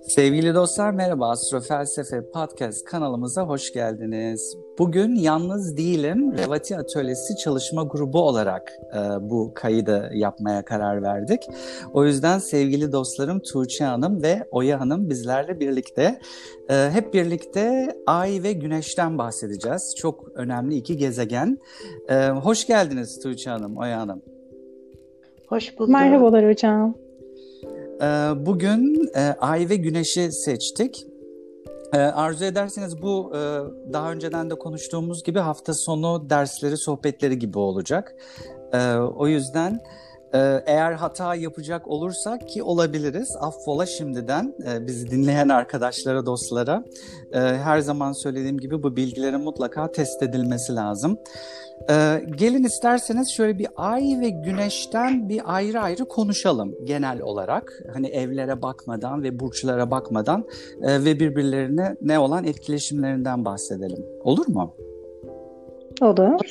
Sevgili dostlar merhaba, Astrofelsefe Podcast kanalımıza hoş geldiniz. Bugün yalnız değilim, Revati Atölyesi çalışma grubu olarak bu kaydı yapmaya karar verdik. O yüzden sevgili dostlarım Tuğçe Hanım ve Oya Hanım bizlerle birlikte. Hep birlikte Ay ve Güneş'ten bahsedeceğiz. Çok önemli iki gezegen. Hoş geldiniz Tuğçe Hanım, Oya Hanım. Hoş bulduk. Merhabalar hocam. Bugün Ay ve Güneş'i seçtik. Arzu ederseniz bu daha önceden de konuştuğumuz gibi hafta sonu dersleri, sohbetleri gibi olacak. O yüzden eğer hata yapacak olursak ki olabiliriz, affola şimdiden bizi dinleyen arkadaşlara, dostlara. Her zaman söylediğim gibi bu bilgilerin mutlaka test edilmesi lazım. Gelin isterseniz şöyle bir Ay ve Güneş'ten bir ayrı ayrı konuşalım genel olarak. Hani evlere bakmadan ve burçlara bakmadan ve birbirlerine ne olan etkileşimlerinden bahsedelim. Olur mu? Olur.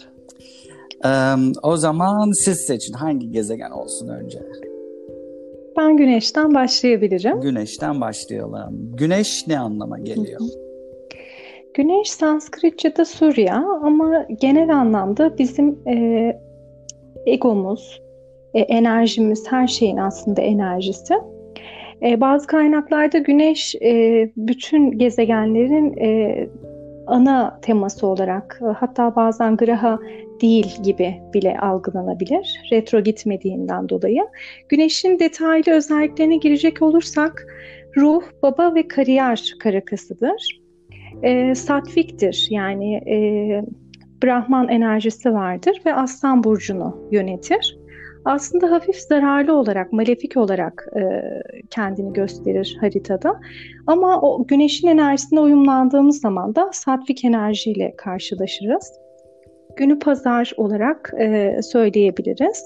O zaman siz seçin hangi gezegen olsun önce? Ben Güneş'ten başlayabilirim. Güneş'ten başlayalım. Güneş ne anlama geliyor? Güneş Sanskritçe'de Surya ama genel anlamda bizim egomuz, enerjimiz, her şeyin aslında enerjisi. Bazı kaynaklarda Güneş bütün gezegenlerin ana teması olarak hatta bazen graha değil gibi bile algılanabilir. Retro gitmediğinden dolayı. Güneşin detaylı özelliklerine girecek olursak ruh, baba ve kariyer karakasıdır. Satviktir yani Brahman enerjisi vardır ve Aslan burcunu yönetir. Aslında hafif zararlı olarak, malefik olarak kendini gösterir haritada. Ama o güneşin enerjisine uyumlandığımız zaman da satvik enerjiyle karşılaşırız. Günü pazar olarak söyleyebiliriz.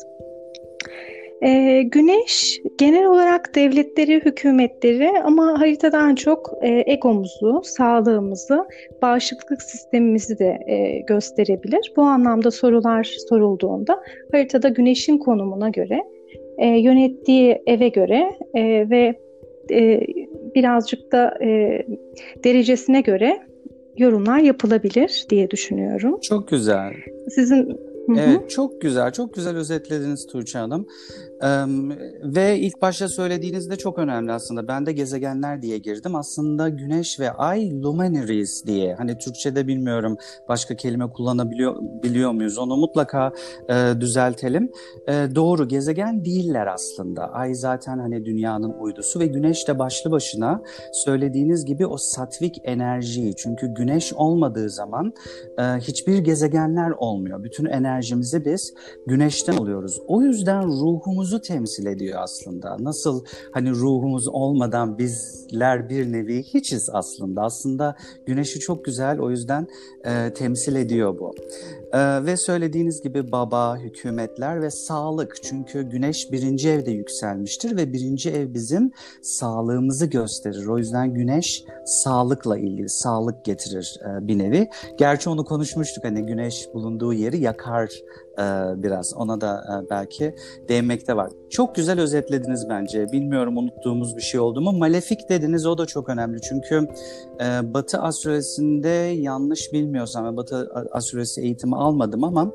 Güneş genel olarak devletleri, hükümetleri ama haritadan çok egomuzu, sağlığımızı, bağışıklık sistemimizi de gösterebilir. Bu anlamda sorular sorulduğunda haritada Güneş'in konumuna göre, yönettiği eve göre ve birazcık da derecesine göre yorumlar yapılabilir diye düşünüyorum. Çok güzel. Sizin... Evet, çok güzel, çok güzel özetlediniz Tuğçe Hanım. Ve ilk başta söylediğiniz de çok önemli aslında. Ben de gezegenler diye girdim. Aslında Güneş ve Ay luminaries diye. Hani Türkçe'de bilmiyorum başka kelime kullanabiliyor muyuz? Onu mutlaka düzeltelim. Doğru, gezegen değiller aslında. Ay zaten hani dünyanın uydusu ve Güneş de başlı başına söylediğiniz gibi o satvik enerjiyi. Çünkü Güneş olmadığı zaman hiçbir gezegenler olmuyor. Bütün enerjimizi biz Güneşten alıyoruz. O yüzden ruhumuzu temsil ediyor aslında. Nasıl hani ruhumuz olmadan bizler bir nevi hiçiz aslında. Aslında Güneş'i çok güzel o yüzden temsil ediyor bu. Ve söylediğiniz gibi baba, hükümetler ve sağlık. Çünkü Güneş 1. evde yükselmiştir ve 1. ev bizim sağlığımızı gösterir. O yüzden Güneş sağlıkla ilgili, sağlık getirir bir nevi. Gerçi onu konuşmuştuk, hani Güneş bulunduğu yeri yakar biraz. Ona da belki değinmekte var. Çok güzel özetlediniz bence. Bilmiyorum unuttuğumuz bir şey oldu mu? Malefik dediniz, o da çok önemli. Çünkü Batı astrolojisinde yanlış bilmiyorsam ve Batı astrolojisi eğitimi almadım ama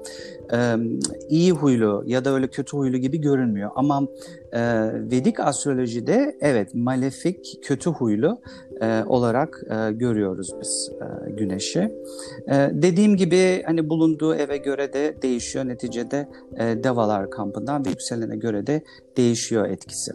iyi huylu ya da öyle kötü huylu gibi görünmüyor. Ama Vedik astrolojide evet malefik, kötü huylu olarak görüyoruz biz Güneş'i. Dediğim gibi hani bulunduğu eve göre de değişiyor. Neticede Devalar kampından ve yükselene göre de değişiyor etkisi.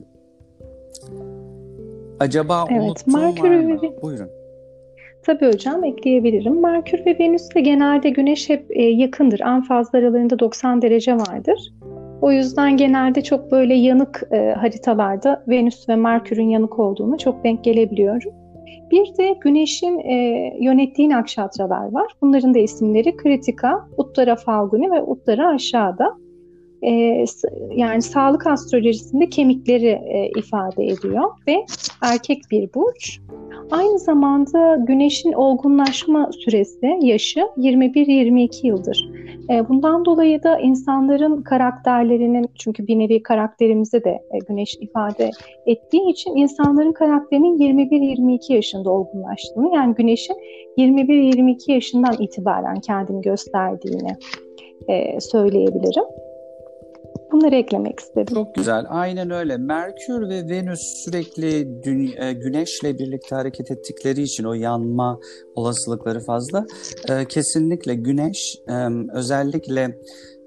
Acaba unuttuğum var mı? Buyurun. Tabii hocam, ekleyebilirim. Merkür ve Venüs'te genelde Güneş hep yakındır. En fazla aralarında 90 derece vardır. O yüzden genelde çok böyle yanık haritalarda Venüs ve Merkür'ün yanık olduğunu çok denk gelebiliyorum. Bir de Güneş'in yönettiği nakşatralar var. Bunların da isimleri Kritika, Uttara Falguni ve Uttara Aşağıda. Yani sağlık astrolojisinde kemikleri ifade ediyor ve erkek bir burç. Aynı zamanda Güneş'in olgunlaşma süresi, yaşı 21-22 yıldır. Bundan dolayı da insanların karakterlerinin, çünkü bir nevi karakterimizi de Güneş ifade ettiği için insanların karakterinin 21-22 yaşında olgunlaştığını, yani Güneş'in 21-22 yaşından itibaren kendini gösterdiğini söyleyebilirim. Bunları eklemek istedim. Çok güzel. Aynen öyle. Merkür ve Venüs sürekli Güneş'le birlikte hareket ettikleri için o yanma olasılıkları fazla. Kesinlikle Güneş özellikle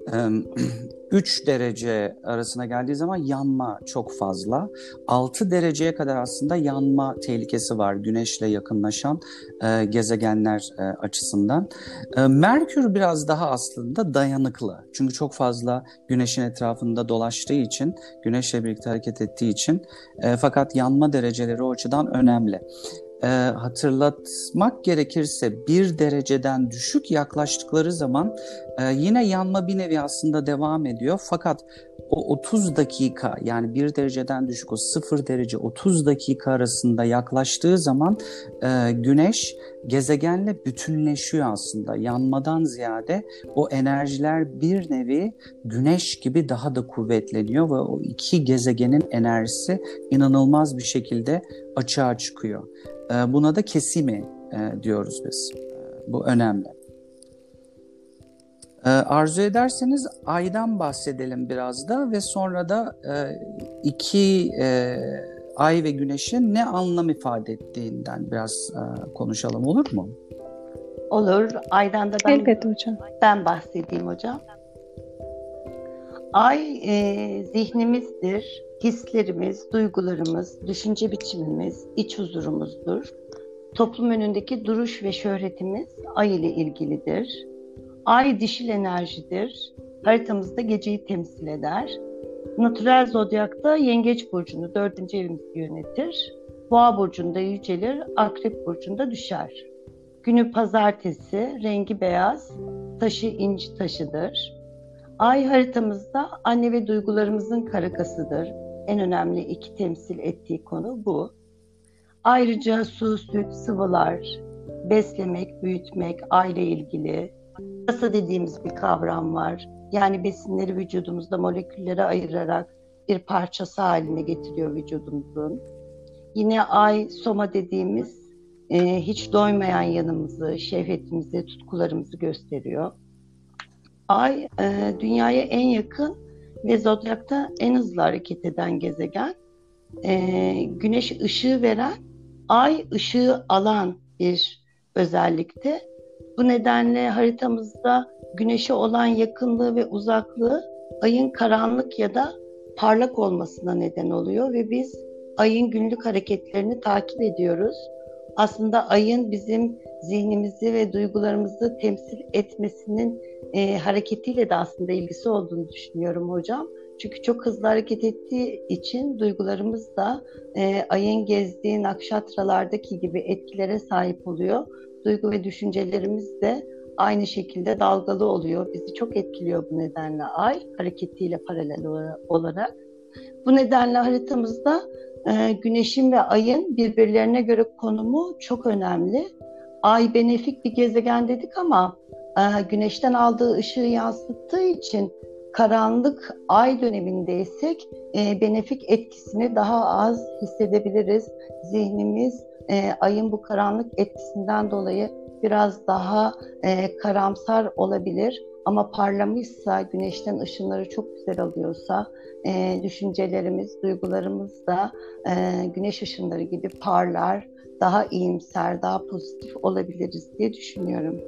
3 derece arasına geldiği zaman yanma çok fazla. 6 dereceye kadar aslında yanma tehlikesi var Güneş'le yakınlaşan gezegenler açısından. Merkür biraz daha aslında dayanıklı. Çünkü çok fazla Güneş'in etrafında dolaştığı için, Güneş'le birlikte hareket ettiği için fakat yanma dereceleri o açıdan önemli. Hatırlatmak gerekirse 1 dereceden düşük yaklaştıkları zaman yine yanma bir nevi aslında devam ediyor. Fakat o 30 dakika, yani 1 dereceden düşük o 0 derece 30 dakika arasında yaklaştığı zaman Güneş gezegenle bütünleşiyor aslında. Yanmadan ziyade o enerjiler bir nevi Güneş gibi daha da kuvvetleniyor ve o iki gezegenin enerjisi inanılmaz bir şekilde açığa çıkıyor. Buna da kesimi diyoruz biz. Bu önemli. Arzu ederseniz Ay'dan bahsedelim biraz da ve sonra da iki Ay ve Güneş'in ne anlam ifade ettiğinden biraz konuşalım, olur mu? Olur. Aydan da Elbette hocam. Ben bahsedeyim hocam. Ay zihnimizdir, hislerimiz, duygularımız, düşünce biçimimiz, iç huzurumuzdur. Toplum önündeki duruş ve şöhretimiz Ay ile ilgilidir. Ay dişil enerjidir. Haritamızda geceyi temsil eder. Natürel zodyakta Yengeç burcunu, 4. evimizi yönetir. Boğa burcunda yücelir, Akrep burcunda düşer. Günü pazartesi, rengi beyaz, taşı inci taşıdır. Ay haritamızda anne ve duygularımızın karakasıdır. En önemli iki temsil ettiği konu bu. Ayrıca su, süt, sıvılar, beslemek, büyütmek, aile ilgili. Rasa dediğimiz bir kavram var. Yani besinleri vücudumuzda moleküllere ayırarak bir parçası haline getiriyor vücudumuzun. Yine ay, soma dediğimiz hiç doymayan yanımızı, şehvetimizi, tutkularımızı gösteriyor. Ay dünyaya en yakın ve zodyakta en hızlı hareket eden gezegen. Güneş ışığı veren, ay ışığı alan bir özellikte. Bu nedenle haritamızda güneşe olan yakınlığı ve uzaklığı ayın karanlık ya da parlak olmasına neden oluyor ve biz ayın günlük hareketlerini takip ediyoruz. Aslında ayın bizim zihnimizi ve duygularımızı temsil etmesinin hareketiyle de aslında ilgisi olduğunu düşünüyorum hocam. Çünkü çok hızlı hareket ettiği için duygularımız da ayın gezdiği nakşatralardaki gibi etkilere sahip oluyor. Duygu ve düşüncelerimiz de aynı şekilde dalgalı oluyor. Bizi çok etkiliyor bu nedenle ay hareketiyle paralel olarak. Bu nedenle haritamızda Güneşin ve ayın birbirlerine göre konumu çok önemli. Ay benefik bir gezegen dedik ama Güneşten aldığı ışığı yansıttığı için karanlık ay dönemindeysek benefik etkisini daha az hissedebiliriz. Zihnimiz ayın bu karanlık etkisinden dolayı biraz daha karamsar olabilir. Ama parlamışsa, güneşten ışınları çok güzel alıyorsa, düşüncelerimiz, duygularımız da güneş ışınları gibi parlar, daha iyimser, daha pozitif olabiliriz diye düşünüyorum.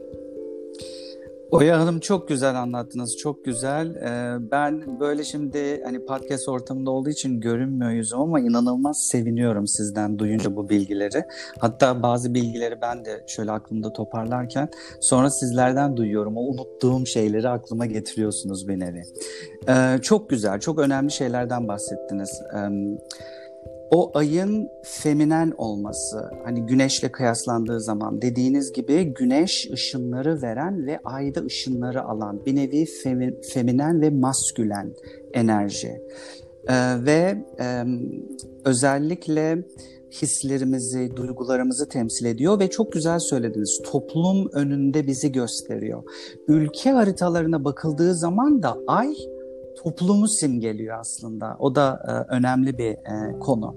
Oya Hanım, çok güzel anlattınız, çok güzel. Ben böyle şimdi hani podcast ortamında olduğu için görünmüyor yüzüm ama inanılmaz seviniyorum sizden duyunca bu bilgileri. Hatta bazı bilgileri ben de şöyle aklımda toparlarken sonra sizlerden duyuyorum. O unuttuğum şeyleri aklıma getiriyorsunuz bir nevi. Çok güzel, çok önemli şeylerden bahsettiniz. O ayın feminen olması, hani güneşle kıyaslandığı zaman dediğiniz gibi güneş ışınları veren ve ayda ışınları alan bir nevi feminen ve maskülen enerji. Ve özellikle hislerimizi, duygularımızı temsil ediyor ve çok güzel söylediniz. Toplum önünde bizi gösteriyor. Ülke haritalarına bakıldığı zaman da ay toplumu simgeliyor aslında. O da önemli bir konu.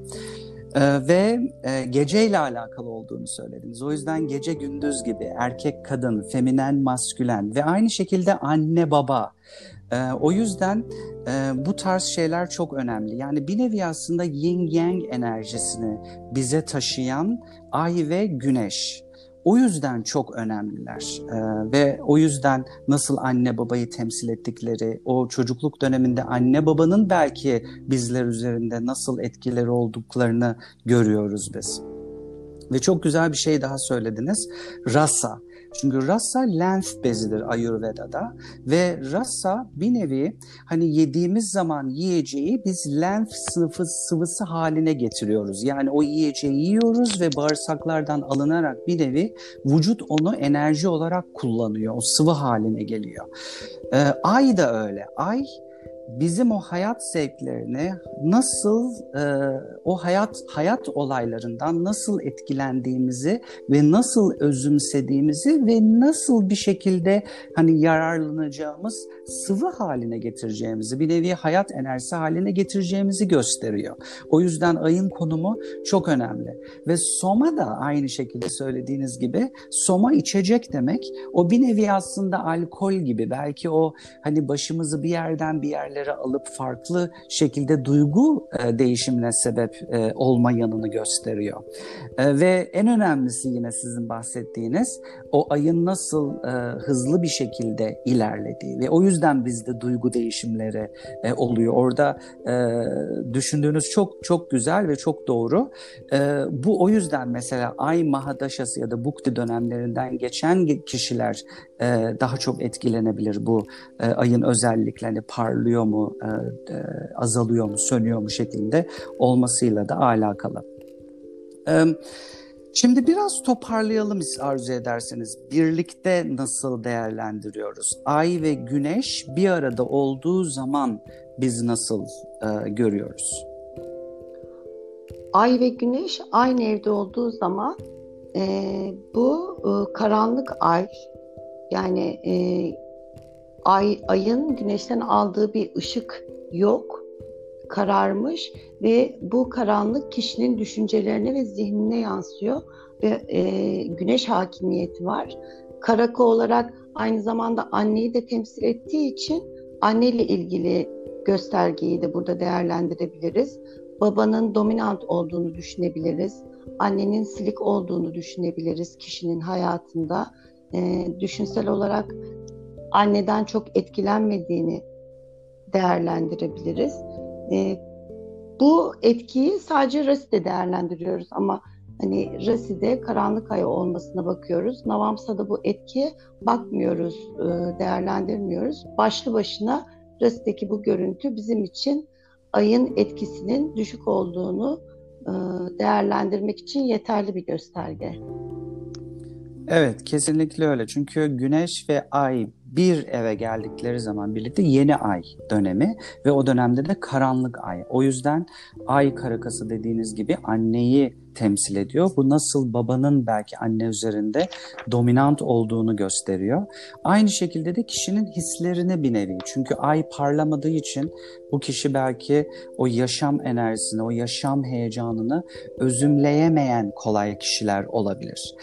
Ve geceyle alakalı olduğunu söylediniz. O yüzden gece gündüz gibi erkek kadın, feminen maskülen ve aynı şekilde anne baba. O yüzden bu tarz şeyler çok önemli. Yani bir nevi aslında yin yang enerjisini bize taşıyan ay ve güneş. O yüzden çok önemliler ve o yüzden nasıl anne babayı temsil ettikleri, o çocukluk döneminde anne babanın belki bizler üzerinde nasıl etkileri olduklarını görüyoruz biz. Ve çok güzel bir şey daha söylediniz. Rasa. Çünkü rasa lenf bezidir Ayurveda'da ve rasa bir nevi hani yediğimiz zaman yiyeceği biz lenf sıvısı haline getiriyoruz. Yani o yiyeceği yiyoruz ve bağırsaklardan alınarak bir nevi vücut onu enerji olarak kullanıyor. O sıvı haline geliyor. Ay da öyle. Ay bizim o hayat zevklerini nasıl o hayat olaylarından nasıl etkilendiğimizi ve nasıl özümsediğimizi ve nasıl bir şekilde hani yararlanacağımız sıvı haline getireceğimizi, bir nevi hayat enerjisi haline getireceğimizi gösteriyor. O yüzden ayın konumu çok önemli. Ve soma da aynı şekilde söylediğiniz gibi, soma içecek demek. O bir nevi aslında alkol gibi, belki o hani başımızı bir yerden bir yerlere alıp farklı şekilde duygu değişimine sebep olma yanını gösteriyor. Ve en önemlisi yine sizin bahsettiğiniz o ayın nasıl hızlı bir şekilde ilerlediği ve o yüzden bizde duygu değişimleri oluyor. Orada düşündüğünüz çok çok güzel ve çok doğru. Bu o yüzden mesela Ay Mahadaşası ya da Bukti dönemlerinden geçen kişiler daha çok etkilenebilir bu ayın özelliklerini, parlıyor mu, azalıyor mu, sönüyor mu şeklinde olmasıyla da alakalı. Şimdi biraz toparlayalım arzu ederseniz. Birlikte nasıl değerlendiriyoruz? Ay ve Güneş bir arada olduğu zaman biz nasıl görüyoruz? Ay ve Güneş aynı evde olduğu zaman bu karanlık ay, yani ayın güneşten aldığı bir ışık yok, kararmış ve bu karanlık kişinin düşüncelerine ve zihnine yansıyor ve güneş hakimiyeti var. Karaka olarak aynı zamanda anneyi de temsil ettiği için anneyle ilgili göstergeyi de burada değerlendirebiliriz. Babanın dominant olduğunu düşünebiliriz. Annenin silik olduğunu düşünebiliriz kişinin hayatında. Düşünsel olarak anneden çok etkilenmediğini değerlendirebiliriz. Bu etkiyi sadece Rasi'de değerlendiriyoruz ama hani Rasi'de karanlık ay olmasına bakıyoruz. Navamsa'da bu etkiye bakmıyoruz, değerlendirmiyoruz. Başlı başına Rasi'deki bu görüntü bizim için ayın etkisinin düşük olduğunu değerlendirmek için yeterli bir gösterge. Evet, kesinlikle öyle. Çünkü Güneş ve Ay bir eve geldikleri zaman birlikte yeni ay dönemi ve o dönemde de karanlık ay. O yüzden ay karakası dediğiniz gibi anneyi temsil ediyor. Bu nasıl babanın belki anne üzerinde dominant olduğunu gösteriyor. Aynı şekilde de kişinin hislerini bir nevi. Çünkü ay parlamadığı için bu kişi belki o yaşam enerjisini, o yaşam heyecanını özümleyemeyen kolay kişiler olabilir.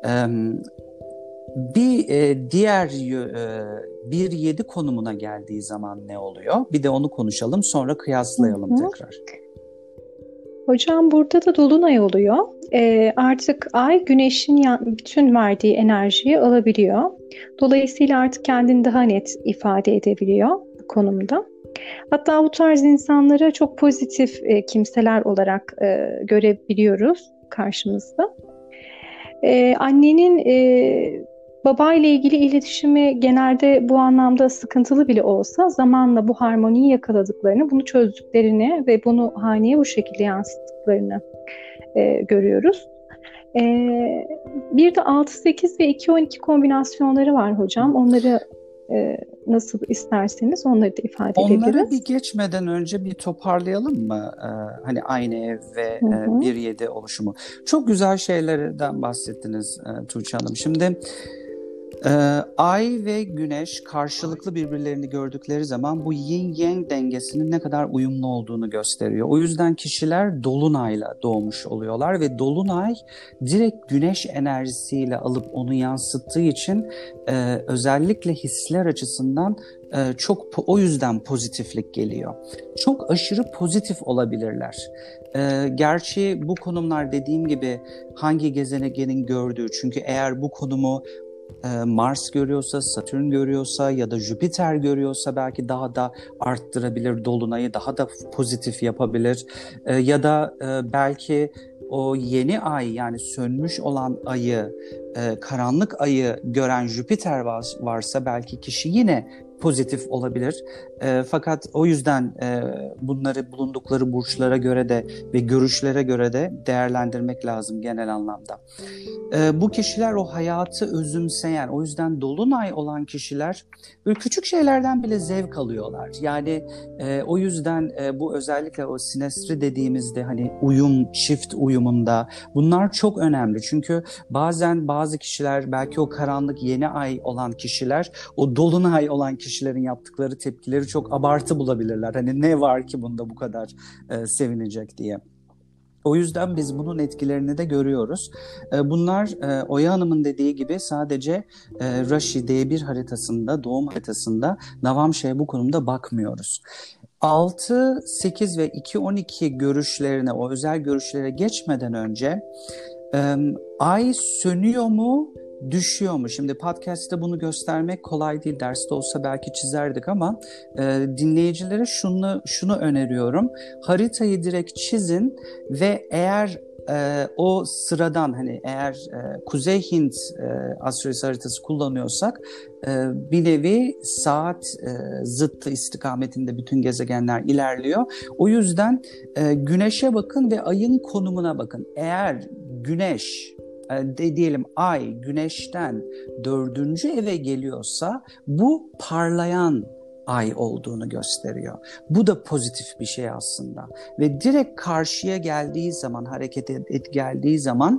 Bir diğer 1-7 konumuna geldiği zaman ne oluyor? Bir de onu konuşalım, sonra kıyaslayalım tekrar. Hocam burada da dolunay oluyor. Artık ay güneşin bütün verdiği enerjiyi alabiliyor. Dolayısıyla artık kendini daha net ifade edebiliyor bu konumda. Hatta bu tarz insanlara çok pozitif kimseler olarak görebiliyoruz karşımızda. Annenin babayla ilgili iletişimi genelde bu anlamda sıkıntılı bile olsa zamanla bu harmoniyi yakaladıklarını, bunu çözdüklerini ve bunu haneye bu şekilde yansıttıklarını görüyoruz. Bir de 6-8 ve 2-12 kombinasyonları var hocam. Onları nasıl isterseniz onları da ifade Onlara edebiliriz. bir geçmeden önce bir toparlayalım mı? Hani aynı ev ve 1-7 oluşumu. Çok güzel şeylerden bahsettiniz Tuğçe Hanım. Şimdi Ay ve Güneş karşılıklı birbirlerini gördükleri zaman bu yin yang dengesinin ne kadar uyumlu olduğunu gösteriyor. O yüzden kişiler dolunayla doğmuş oluyorlar ve dolunay direkt Güneş enerjisiyle alıp onu yansıttığı için özellikle hisler açısından çok o yüzden pozitiflik geliyor. Çok aşırı pozitif olabilirler. Gerçi bu konumlar dediğim gibi hangi gezegenin gördüğü, çünkü eğer bu konumu Mars görüyorsa, Satürn görüyorsa ya da Jüpiter görüyorsa belki daha da arttırabilir, dolunayı daha da pozitif yapabilir. Ya da belki o yeni ay, yani sönmüş olan ayı, karanlık ayı gören Jüpiter varsa belki kişi yine pozitif olabilir. Fakat o yüzden bunları bulundukları burçlara göre de ve görüşlere göre de değerlendirmek lazım genel anlamda. Bu kişiler o hayatı özümseyen, o yüzden dolunay olan kişiler böyle küçük şeylerden bile zevk alıyorlar. Yani o yüzden bu özellikle o sinestri dediğimizde hani uyum, çift uyumunda bunlar çok önemli. Çünkü bazen bazı kişiler, belki o karanlık yeni ay olan kişiler, o dolunay olan kişilerin yaptıkları tepkileri çok abartı bulabilirler. Hani ne var ki bunda bu kadar sevinecek diye. O yüzden biz bunun etkilerini de görüyoruz. Bunlar Oya Hanım'ın dediği gibi sadece Raşi D1 haritasında, doğum haritasında Navamşa'ya bu konumda bakmıyoruz. 6, 8 ve 2-12 görüşlerine, o özel görüşlere geçmeden önce ay sönüyor mu, düşüyor mu? Şimdi podcast'te bunu göstermek kolay değil. Derste olsa belki çizerdik ama dinleyicilere şunu öneriyorum. Haritayı direkt çizin ve eğer o sıradan, hani eğer Kuzey Hint astrolojisi haritası kullanıyorsak bir nevi saat zıttı istikametinde bütün gezegenler ilerliyor. O yüzden Güneş'e bakın ve ayın konumuna bakın. Eğer Güneş, diyelim ay Güneş'ten 4. eve geliyorsa bu parlayan ay olduğunu gösteriyor. Bu da pozitif bir şey aslında. Ve direkt karşıya geldiği zaman, hareket geldiği zaman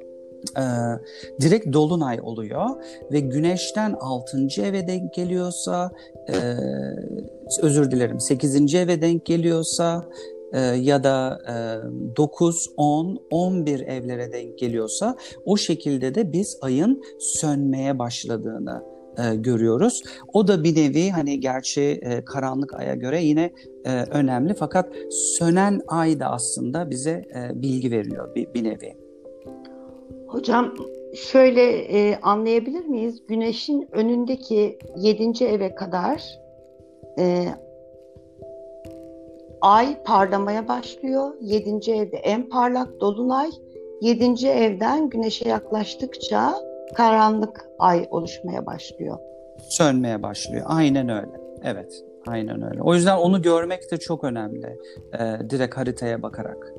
direkt dolunay oluyor ve Güneş'ten 6. eve denk geliyorsa, özür dilerim, 8. eve denk geliyorsa ya da 9, 10, 11 evlere denk geliyorsa o şekilde de biz ayın sönmeye başladığını görüyoruz. O da bir nevi hani gerçi karanlık aya göre yine önemli, fakat sönen ay da aslında bize bilgi veriyor bir nevi. Hocam şöyle anlayabilir miyiz? Güneşin önündeki 7. eve kadar ay parlamaya başlıyor. 7. evde en parlak dolunay. 7. evden Güneş'e yaklaştıkça karanlık ay oluşmaya başlıyor. Sönmeye başlıyor. Aynen öyle. Evet, aynen öyle. O yüzden onu görmek de çok önemli. Direkt haritaya bakarak.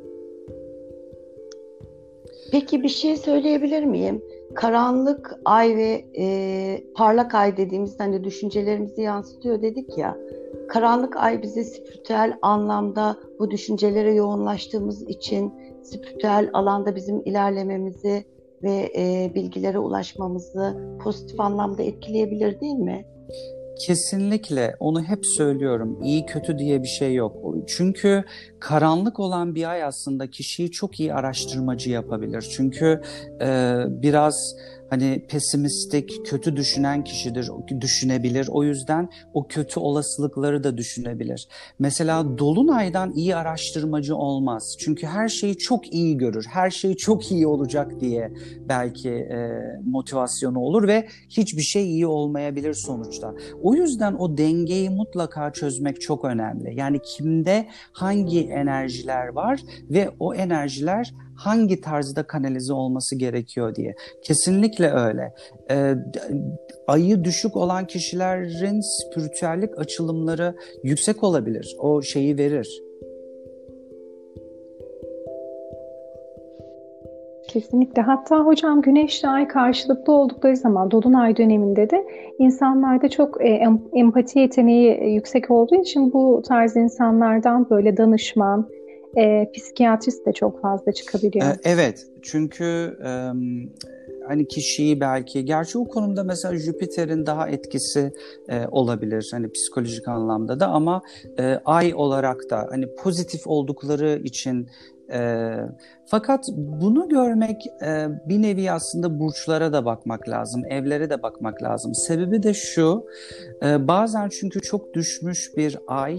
Peki bir şey söyleyebilir miyim? Karanlık ay ve parlak ay dediğimizde hani düşüncelerimizi yansıtıyor dedik ya. Karanlık ay bize spiritüel anlamda bu düşüncelere yoğunlaştığımız için spiritüel alanda bizim ilerlememizi ve bilgilere ulaşmamızı pozitif anlamda etkileyebilir değil mi? Kesinlikle, onu hep söylüyorum. İyi kötü diye bir şey yok. Çünkü karanlık olan bir ay aslında kişiyi çok iyi araştırmacı yapabilir. Çünkü biraz hani pesimistik, kötü düşünen kişidir, düşünebilir. O yüzden o kötü olasılıkları da düşünebilir. Mesela dolunaydan iyi araştırmacı olmaz. Çünkü her şeyi çok iyi görür. Her şey çok iyi olacak diye belki motivasyonu olur ve hiçbir şey iyi olmayabilir sonuçta. O yüzden o dengeyi mutlaka çözmek çok önemli. Yani kimde hangi enerjiler var ve o enerjiler hangi tarzda kanalize olması gerekiyor diye. Kesinlikle öyle. Ayı düşük olan kişilerin spiritüellik açılımları yüksek olabilir. O şeyi verir. Kesinlikle. Hatta hocam güneşle ay karşılıklı oldukları zaman dolunay döneminde de insanlarda çok empati yeteneği yüksek olduğu için bu tarz insanlardan böyle danışman, psikiyatrist de çok fazla çıkabiliyor. Evet, çünkü hani kişiyi belki, gerçi o konuda mesela Jüpiter'in daha etkisi olabilir hani psikolojik anlamda da, ama ay olarak da hani pozitif oldukları için. Fakat bunu görmek bir nevi aslında burçlara da bakmak lazım, evlere de bakmak lazım. Sebebi de şu, bazen çünkü çok düşmüş bir ay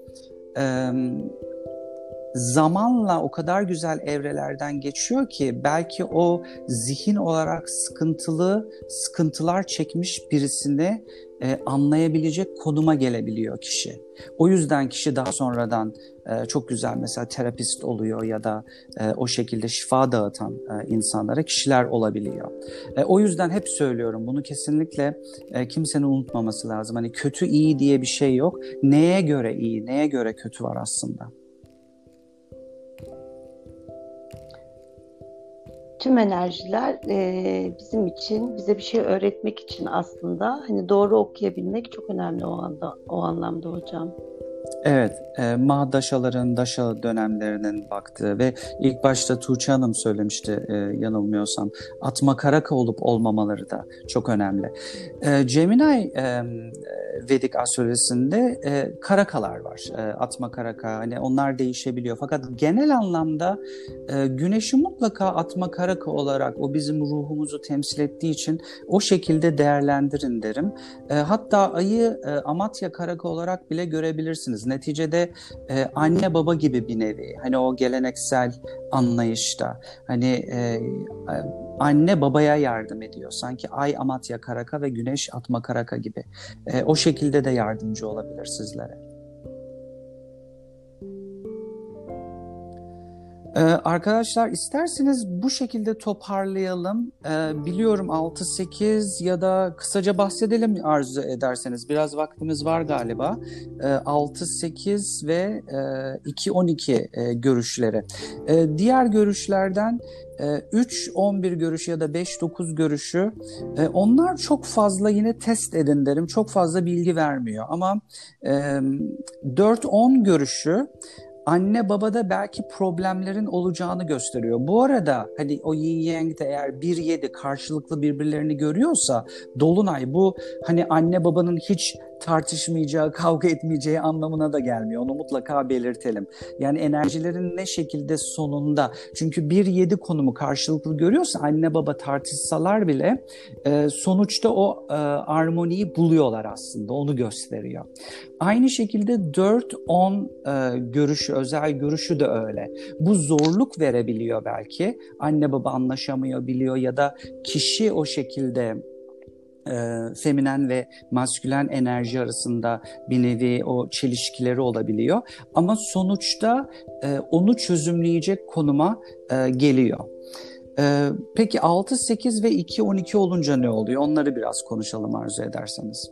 zamanla o kadar güzel evrelerden geçiyor ki belki o zihin olarak sıkıntılar çekmiş birisini anlayabilecek konuma gelebiliyor kişi. O yüzden kişi daha sonradan çok güzel mesela terapist oluyor ya da o şekilde şifa dağıtan insanlara kişiler olabiliyor. O yüzden hep söylüyorum, bunu kesinlikle kimsenin unutmaması lazım. Hani kötü iyi diye bir şey yok. Neye göre iyi, neye göre kötü var aslında. Tüm enerjiler bizim için, bize bir şey öğretmek için aslında hani doğru okuyabilmek çok önemli o anlamda hocam. Evet, Mahdaşaların Daşa dönemlerinin baktığı ve ilk başta Tuğçe Hanım söylemişti yanılmıyorsam, atma karaka olup olmamaları da çok önemli. Gemini Vedik astrolojisinde karakalar var, atma karaka, hani onlar değişebiliyor. Fakat genel anlamda Güneş'i mutlaka atma karaka olarak, o bizim ruhumuzu temsil ettiği için o şekilde değerlendirin derim. Hatta ayı Amatya karaka olarak bile görebilirsiniz. Neticede anne baba gibi bir nevi. Hani o geleneksel anlayışta hani anne babaya yardım ediyor. Sanki ay Amatya karaka ve güneş atma karaka gibi. O şekilde de yardımcı olabilir sizlere. Arkadaşlar, isterseniz bu şekilde toparlayalım. Biliyorum 6-8 ya da kısaca bahsedelim arzu ederseniz. Biraz vaktimiz var galiba. 6-8 ve 2-12 görüşleri. Diğer görüşlerden 3-11 görüşü ya da 5-9 görüşü, onlar çok fazla yine test edin derim. Çok fazla bilgi vermiyor. Ama 4-10 görüşü anne babada belki problemlerin olacağını gösteriyor. Bu arada hani o yin yang'de eğer 1-7 karşılıklı birbirlerini görüyorsa dolunay, bu hani anne babanın hiç tartışmayacağı, kavga etmeyeceği anlamına da gelmiyor. Onu mutlaka belirtelim. Yani enerjilerin ne şekilde sonunda, çünkü 1-7 konumu karşılıklı görüyorsa anne baba tartışsalar bile sonuçta o armoniyi buluyorlar aslında. Onu gösteriyor. Aynı şekilde 4-10 görüşü, özel görüşü de öyle. Bu zorluk verebiliyor belki. Anne baba anlaşamıyor biliyor ya da kişi o şekilde feminen ve maskülen enerji arasında bir nevi o çelişkileri olabiliyor. Ama sonuçta onu çözümleyecek konuma geliyor. Peki 6-8 ve 2-12 olunca ne oluyor? Onları biraz konuşalım arzu ederseniz.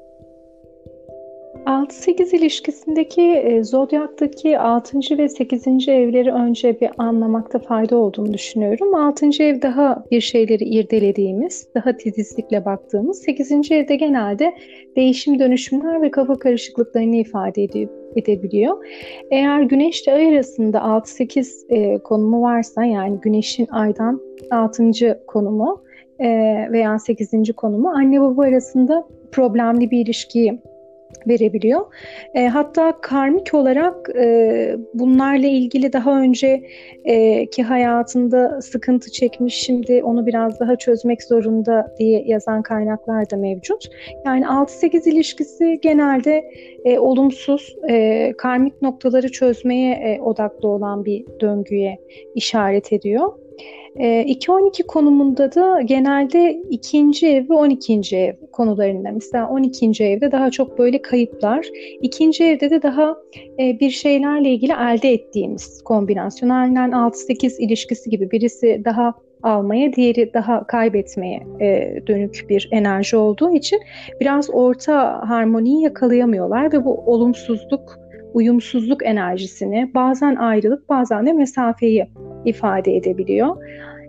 6-8 ilişkisindeki zodyaktaki 6. ve 8. evleri önce bir anlamakta fayda olduğunu düşünüyorum. 6. ev daha bir şeyleri irdelediğimiz, daha titizlikle baktığımız. 8. evde genelde değişim, dönüşümler ve kafa karışıklıklarını ifade edebiliyor. Eğer Güneş ile Ay arasında 6-8 konumu varsa, yani Güneş'in Ay'dan 6. konumu veya 8. konumu anne baba arasında problemli bir ilişkiyi verebiliyor. Hatta karmik olarak bunlarla ilgili daha önce ki hayatında sıkıntı çekmiş, şimdi onu biraz daha çözmek zorunda diye yazan kaynaklar da mevcut. Yani 6-8 ilişkisi genelde olumsuz, karmik noktaları çözmeye odaklı olan bir döngüye işaret ediyor. 2-12 konumunda da genelde 2. ev ve 12. ev konularında. Mesela 12. evde daha çok böyle kayıplar. 2. evde de daha bir şeylerle ilgili elde ettiğimiz kombinasyon. Aynen 6-8 ilişkisi gibi, birisi daha almaya, diğeri daha kaybetmeye dönük bir enerji olduğu için biraz orta harmoniyi yakalayamıyorlar ve bu olumsuzluk, uyumsuzluk enerjisini, bazen ayrılık, bazen de mesafeyi ifade edebiliyor.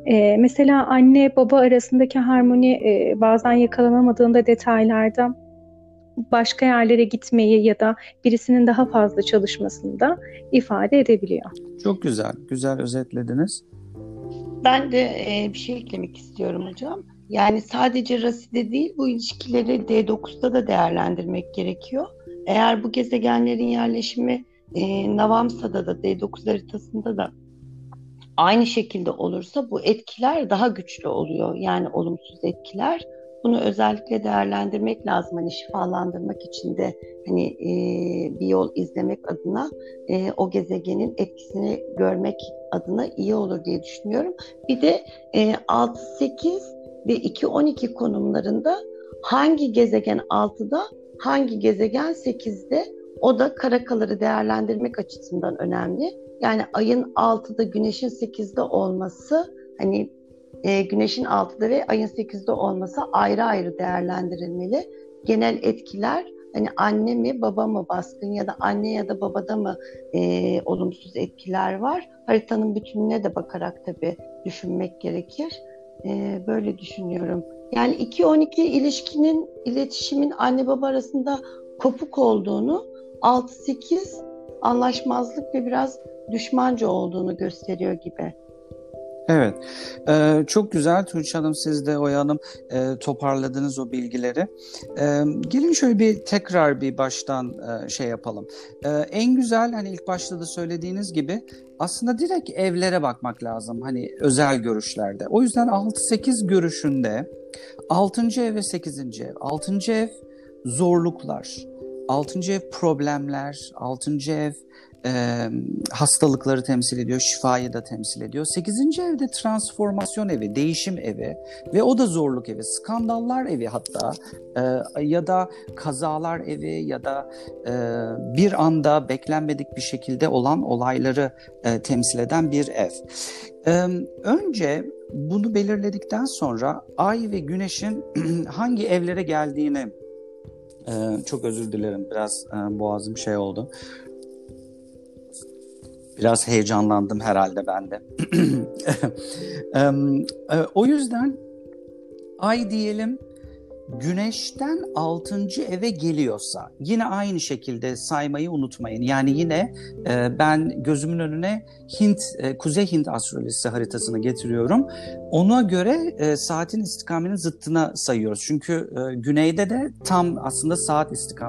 Mesela anne baba arasındaki harmoni bazen yakalanamadığında detaylarda başka yerlere gitmeyi ya da birisinin daha fazla çalışmasını da ifade edebiliyor. Çok güzel, güzel özetlediniz. Ben de bir şey eklemek istiyorum hocam. Yani sadece Rasi'de değil, bu ilişkileri D9'da da değerlendirmek gerekiyor. Eğer bu gezegenlerin yerleşimi Navamsa'da da D9 haritasında da aynı şekilde olursa bu etkiler daha güçlü oluyor. Yani olumsuz etkiler. Bunu özellikle değerlendirmek lazım. Hani şifalandırmak için de hani bir yol izlemek adına o gezegenin etkisini görmek adına iyi olur diye düşünüyorum. Bir de 6-8 ve 2-12 konumlarında hangi gezegen 6'da, hangi gezegen 8'de, o da karakaları değerlendirmek açısından önemli. Yani ayın 6'da, güneşin 8'de olması, hani güneşin 6'da ve ayın 8'de olması ayrı ayrı değerlendirilmeli. Genel etkiler, hani anne mi baba mı baskın ya da anne ya da babada mı olumsuz etkiler var? Haritanın bütününe de bakarak tabii düşünmek gerekir. Böyle düşünüyorum. Yani 2-12 iletişimin anne baba arasında kopuk olduğunu, 6-8 anlaşmazlık ve biraz düşmanca olduğunu gösteriyor gibi. Evet, çok güzel Tuğçe Hanım, siz de Oya Hanım toparladınız o bilgileri. Gelin şöyle tekrar bir baştan şey yapalım. En güzel, hani ilk başta da söylediğiniz gibi aslında direkt evlere bakmak lazım, hani özel görüşlerde. O yüzden 6-8 görüşünde 6. ev ve 8. ev. 6. ev zorluklar, 6. ev problemler, 6. ev hastalıkları temsil ediyor, şifayı da temsil ediyor. 8. evde transformasyon evi, değişim evi ve o da zorluk evi, skandallar evi hatta ya da kazalar evi ya da bir anda beklenmedik bir şekilde olan olayları temsil eden bir ev. Önce bunu belirledikten sonra Ay ve Güneş'in hangi evlere geldiğini, çok özür dilerim, biraz boğazım şey oldu. Biraz heyecanlandım herhalde ben de. O yüzden Ay diyelim Güneş'ten 6. eve geliyorsa yine aynı şekilde saymayı unutmayın. Yani yine ben gözümün önüne Kuzey Hint astrolojisi haritasını getiriyorum. Ona göre saatin istikametinin zıttına sayıyoruz. Çünkü güneyde de tam aslında saat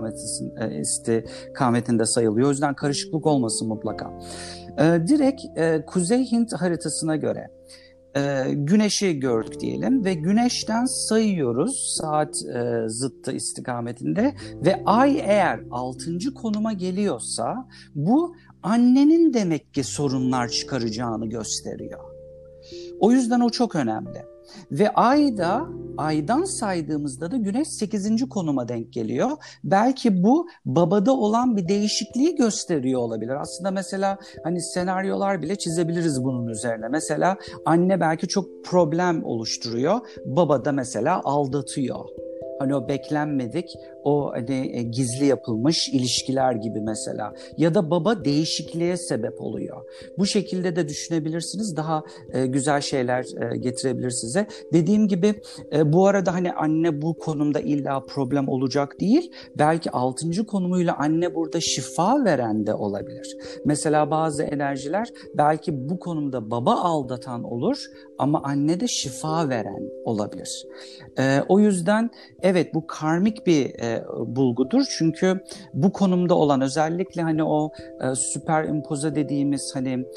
istikametinde sayılıyor. O yüzden karışıklık olmasın mutlaka. Direkt Kuzey Hint haritasına göre Güneş'i gördük diyelim ve Güneş'ten sayıyoruz saat zıttı istikametinde ve Ay eğer 6. konuma geliyorsa bu annenin demek ki sorunlar çıkaracağını gösteriyor. O yüzden o çok önemli. Ve aydan saydığımızda da Güneş 8. konuma denk geliyor. Belki bu babada olan bir değişikliği gösteriyor olabilir. Aslında mesela hani senaryolar bile çizebiliriz bunun üzerine. Mesela anne belki çok problem oluşturuyor. Baba da mesela aldatıyor. Hani o beklenmedik, o hani gizli yapılmış ilişkiler gibi mesela. Ya da baba değişikliğe sebep oluyor. Bu şekilde de düşünebilirsiniz. Daha güzel şeyler getirebilir size. Dediğim gibi bu arada hani anne bu konumda illa problem olacak değil. Belki 6. konumuyla anne burada şifa veren de olabilir. Mesela bazı enerjiler belki bu konumda baba aldatan olur ama anne de şifa veren olabilir. O yüzden evet, bu karmik bir bulgudur. Çünkü bu konumda olan, özellikle hani o süperimpoze dediğimiz hani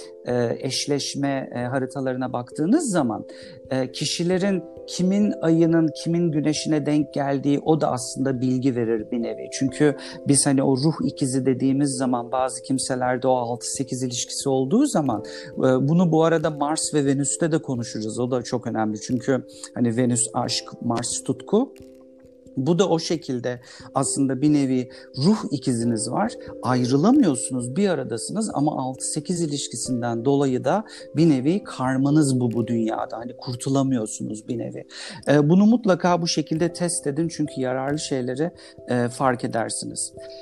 eşleşme haritalarına baktığınız zaman kişilerin kimin ayının kimin güneşine denk geldiği, o da aslında bilgi verir bir nevi. Çünkü biz hani o ruh ikizi dediğimiz zaman bazı kimselerde o 6-8 ilişkisi olduğu zaman bunu bu arada Mars ve Venüs'te de konuşacağız. O da çok önemli. Çünkü hani Venüs aşk, Mars tutku. Bu da o şekilde aslında bir nevi ruh ikiziniz var. Ayrılamıyorsunuz, bir aradasınız ama 6-8 ilişkisinden dolayı da bir nevi karmanız bu dünyada. Hani kurtulamıyorsunuz bir nevi. Bunu mutlaka bu şekilde test edin çünkü yararlı şeyleri fark edersiniz.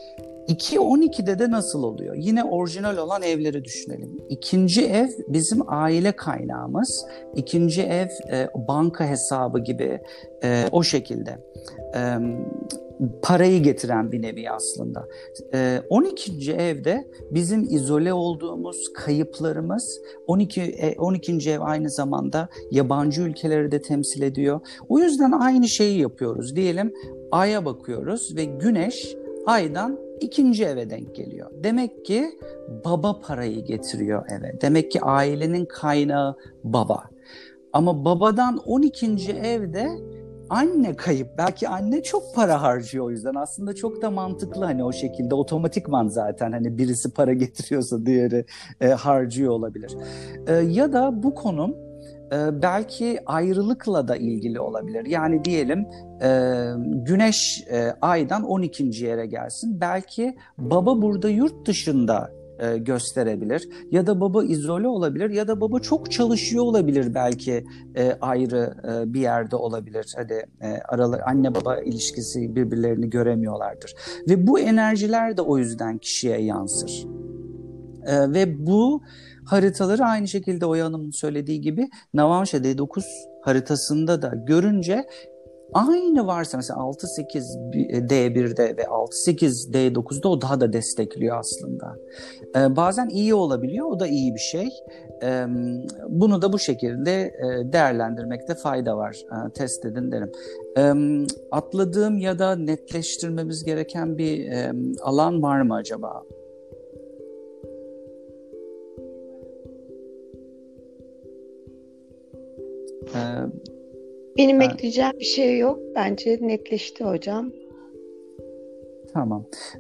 2-12'de de nasıl oluyor? Yine orijinal olan evleri düşünelim. İkinci ev bizim aile kaynağımız. İkinci ev banka hesabı gibi o şekilde parayı getiren bir nevi aslında. 12. evde bizim izole olduğumuz kayıplarımız, 12. ev aynı zamanda yabancı ülkeleri de temsil ediyor. O yüzden aynı şeyi yapıyoruz. Diyelim Ay'a bakıyoruz ve Güneş Ay'dan ikinci eve denk geliyor. Demek ki baba parayı getiriyor eve. Demek ki ailenin kaynağı baba. Ama babadan 12. evde anne kayıp. Belki anne çok para harcıyor o yüzden. Aslında çok da mantıklı hani o şekilde otomatikman zaten hani birisi para getiriyorsa diğeri harcıyor olabilir. Ya da bu konum belki ayrılıkla da ilgili olabilir. Yani diyelim Güneş Ay'dan 12. yere gelsin. Belki baba burada yurt dışında gösterebilir ya da baba izole olabilir ya da baba çok çalışıyor olabilir, belki ayrı bir yerde olabilir. Hadi anne baba ilişkisi birbirlerini göremiyorlardır ve bu enerjiler de o yüzden kişiye yansır. Ve bu haritaları aynı şekilde Oya Hanım'ın söylediği gibi Navamsha D9 haritasında da görünce aynı varsa mesela 6-8 D1'de ve 6-8 D9'da o daha da destekliyor aslında. Bazen iyi olabiliyor, o da iyi bir şey. Bunu da bu şekilde değerlendirmekte fayda var. Test edin derim. Atladığım ya da netleştirmemiz gereken bir alan var mı acaba? Benim ekleyeceğim bir şey yok. Bence netleşti hocam. Tamam.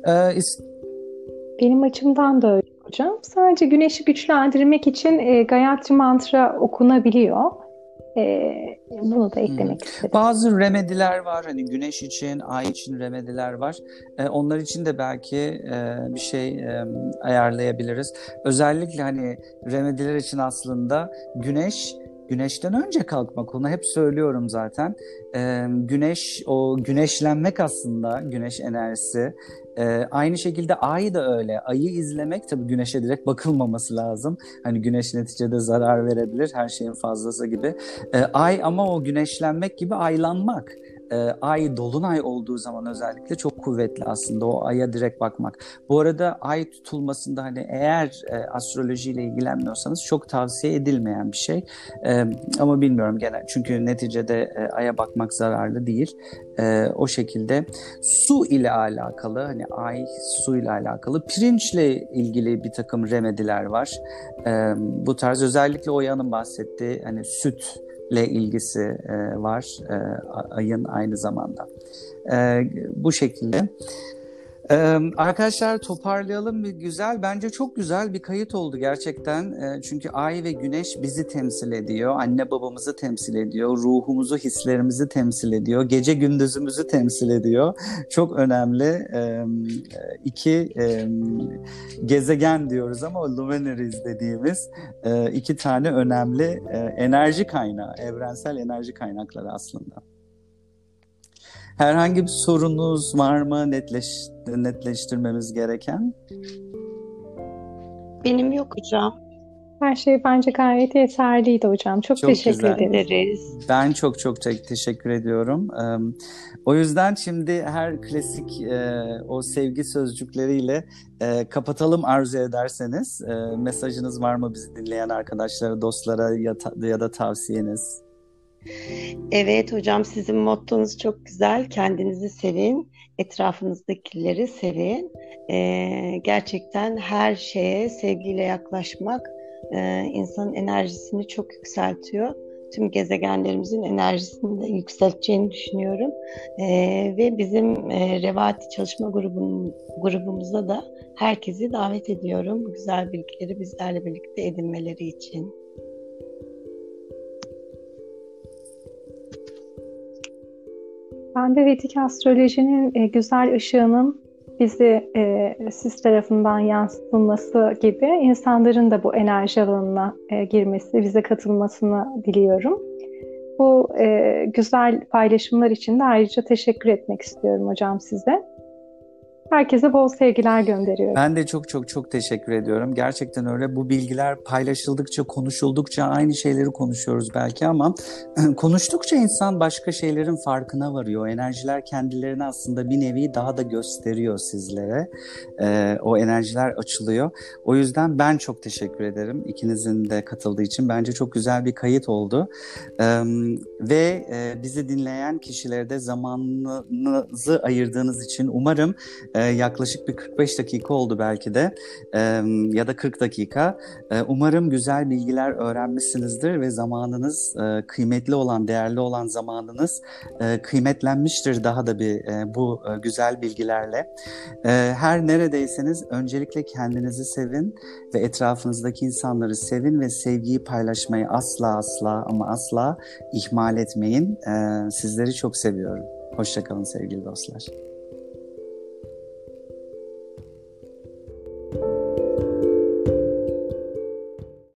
Benim açımdan da öyle hocam. Sadece güneşi güçlendirmek için Gayatri mantra okunabiliyor. Bunu da eklemek istedim. Bazı remediler var. Hani güneş için, ay için remediler var. Onlar için de belki bir şey ayarlayabiliriz. Özellikle hani remediler için aslında güneşten önce kalkmak, onu hep söylüyorum zaten. Güneş, o güneşlenmek aslında, güneş enerjisi. Aynı şekilde ay da öyle. Ayı izlemek, tabii güneşe direkt bakılmaması lazım. Hani güneş neticede zarar verebilir, her şeyin fazlası gibi. Ay ama o güneşlenmek gibi aylanmak. Ay dolunay olduğu zaman özellikle çok kuvvetli aslında o aya direkt bakmak. Bu arada ay tutulmasında hani eğer astrolojiyle ilgilenmiyorsanız çok tavsiye edilmeyen bir şey. Ama bilmiyorum genel, çünkü neticede aya bakmak zararlı değil. O şekilde su ile alakalı, hani ay su ile alakalı, pirinçle ilgili bir takım remediler var. Bu tarz, özellikle Oya'nın bahsettiği hani sütle ilgisi var ayın aynı zamanda. Bu şekilde. Arkadaşlar toparlayalım bir güzel. Bence çok güzel bir kayıt oldu gerçekten. Çünkü ay ve güneş bizi temsil ediyor. Anne babamızı temsil ediyor. Ruhumuzu, hislerimizi temsil ediyor. Gece gündüzümüzü temsil ediyor. Çok önemli. İki gezegen diyoruz ama luminaries dediğimiz iki tane önemli enerji kaynağı. Evrensel enerji kaynakları aslında. Herhangi bir sorunuz var mı netleştirmemiz gereken? Benim yok hocam. Her şey bence gayet yeterliydi hocam. Çok teşekkür ederiz. Ben çok teşekkür ediyorum. O yüzden şimdi her klasik o sevgi sözcükleriyle kapatalım arzu ederseniz. Mesajınız var mı bizi dinleyen arkadaşlara, dostlara ya da tavsiyeniz? Evet hocam, sizin mottonuz çok güzel. Kendinizi sevin, etrafınızdakileri sevin. Gerçekten her şeye sevgiyle yaklaşmak insanın enerjisini çok yükseltiyor. Tüm gezegenlerimizin enerjisini de yükselteceğini düşünüyorum. Ve bizim Revati Çalışma grubumuza da herkesi davet ediyorum. Bu güzel bilgileri bizlerle birlikte edinmeleri için. Ben de Vedik astrolojinin güzel ışığının bizi siz tarafından yansıtılması gibi insanların da bu enerji alanına girmesi, bize katılmasını diliyorum. Bu güzel paylaşımlar için de ayrıca teşekkür etmek istiyorum hocam size. Herkese bol sevgiler gönderiyorum. Ben de çok çok çok teşekkür ediyorum. Gerçekten öyle. Bu bilgiler paylaşıldıkça, konuşuldukça aynı şeyleri konuşuyoruz belki ama konuştukça insan başka şeylerin farkına varıyor. O enerjiler kendilerini aslında bir nevi daha da gösteriyor sizlere. O enerjiler açılıyor. O yüzden ben çok teşekkür ederim ikinizin de katıldığı için. Bence çok güzel bir kayıt oldu. Ve bizi dinleyen kişilere de zamanınızı ayırdığınız için umarım yaklaşık bir 45 dakika oldu belki de ya da 40 dakika. Umarım güzel bilgiler öğrenmişsinizdir ve zamanınız kıymetli olan, değerli olan zamanınız kıymetlenmiştir daha da bu güzel bilgilerle. Her neredeyseniz öncelikle kendinizi sevin ve etrafınızdaki insanları sevin ve sevgiyi paylaşmayı asla ama asla ihmal etmeyin. Sizleri çok seviyorum. Hoşça kalın sevgili dostlar.